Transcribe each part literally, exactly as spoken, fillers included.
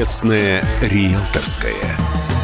Честное риэлторское.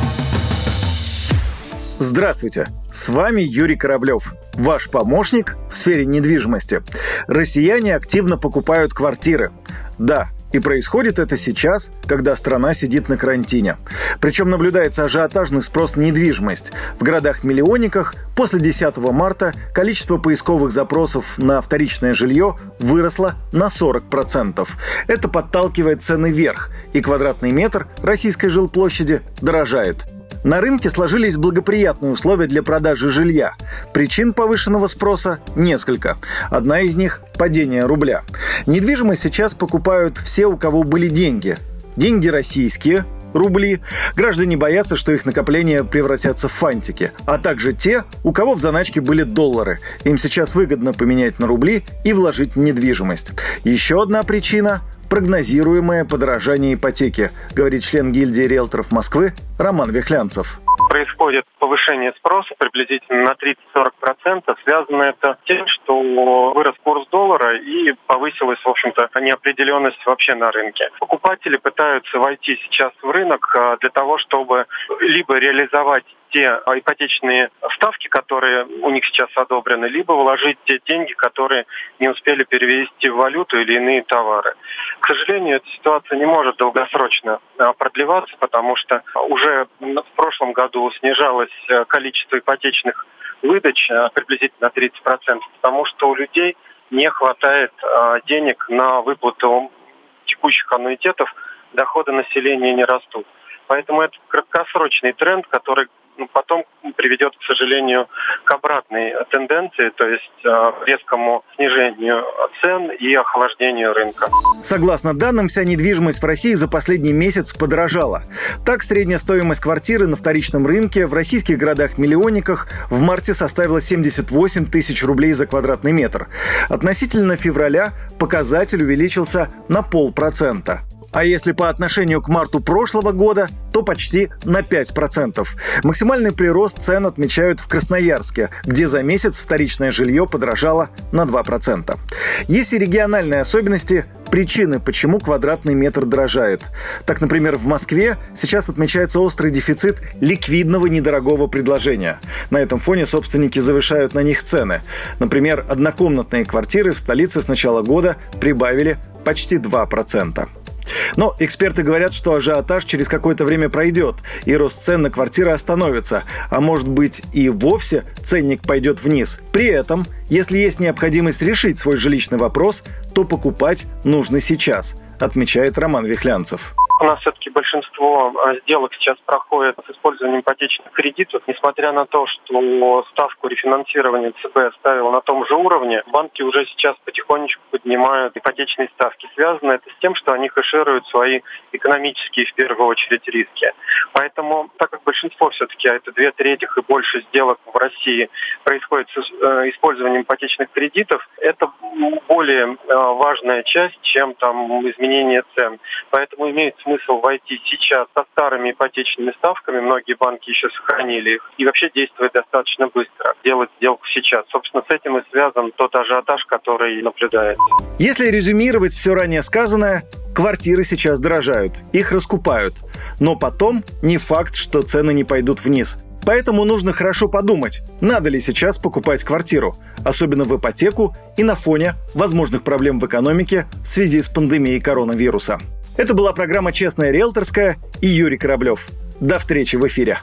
Здравствуйте, с вами Юрий Кораблев, ваш помощник в сфере недвижимости. Россияне активно покупают квартиры. Да, и происходит это сейчас, когда страна сидит на карантине. Причем наблюдается ажиотажный спрос на недвижимость. В городах-миллионниках после десятого марта количество поисковых запросов на вторичное жилье выросло на сорок процентов. Это подталкивает цены вверх, и квадратный метр российской жилплощади дорожает. На рынке сложились благоприятные условия для продажи жилья. Причин повышенного спроса несколько. Одна из них – падение рубля. Недвижимость сейчас покупают все, у кого были деньги. Деньги российские, рубли. Граждане боятся, что их накопления превратятся в фантики. А также те, у кого в заначке были доллары. Им сейчас выгодно поменять на рубли и вложить в недвижимость. Еще одна причина – прогнозируемое подорожание ипотеки, говорит член гильдии риэлторов Москвы Роман Вихлянцев. Происходит повышение спроса приблизительно на тридцать-сорок процентов. Связано это с тем, что вырос курс доллара и повысилась, в общем-то, неопределенность вообще на рынке. Покупатели пытаются войти сейчас в рынок для того, чтобы либо реализовать те ипотечные ставки, которые у них сейчас одобрены, либо вложить те деньги, которые не успели перевести в валюту или иные товары. К сожалению, эта ситуация не может долгосрочно продлеваться, потому что уже в прошлом году снижалось количество ипотечных выдач приблизительно на тридцать процентов, потому что у людей не хватает денег на выплату текущих аннуитетов, доходы населения не растут. Поэтому это краткосрочный тренд, который потом приведет, к сожалению, к обратной тенденции, то есть к резкому снижению цен и охлаждению рынка. Согласно данным, вся недвижимость в России за последний месяц подорожала. Так, средняя стоимость квартиры на вторичном рынке в российских городах-миллионниках в марте составила семьдесят восемь тысяч рублей за квадратный метр. Относительно февраля показатель увеличился на полпроцента. А если по отношению к марту прошлого года, то почти на пять процентов. Максимальный прирост цен отмечают в Красноярске, где за месяц вторичное жилье подорожало на два процента. Есть и региональные особенности, причины, почему квадратный метр дорожает. Так, например, в Москве сейчас отмечается острый дефицит ликвидного недорогого предложения. На этом фоне собственники завышают на них цены. Например, однокомнатные квартиры в столице с начала года прибавили почти два процента. Но эксперты говорят, что ажиотаж через какое-то время пройдет, и рост цен на квартиры остановится, а может быть и вовсе ценник пойдет вниз. При этом, если есть необходимость решить свой жилищный вопрос, то покупать нужно сейчас, отмечает Роман Вихлянцев. У нас все-таки большинство сделок сейчас проходит с использованием ипотечных кредитов. Несмотря на то, что ставку рефинансирования ЦБ оставила на том же уровне, банки уже сейчас потихонечку поднимают ипотечные ставки. Связано это с тем, что они хэшируют свои экономические, в первую очередь, риски. Поэтому, так как большинство все-таки, а это две трети и больше сделок в России происходит с использованием ипотечных кредитов, это более важная часть, чем там изменение цен. Поэтому имеет смысл войти сейчас со старыми ипотечными ставками, многие банки еще сохранили их, и вообще действовать достаточно быстро, делать сделку сейчас. Собственно, с этим и связан тот ажиотаж, который наблюдается. Если резюмировать все ранее сказанное, квартиры сейчас дорожают, их раскупают. Но потом не факт, что цены не пойдут вниз. Поэтому нужно хорошо подумать, надо ли сейчас покупать квартиру, особенно в ипотеку и на фоне возможных проблем в экономике в связи с пандемией коронавируса. Это была программа «Честная риэлторская» и Юрий Кораблев. До встречи в эфире.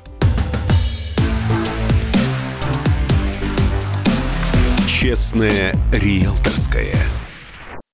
Честное риэлторское.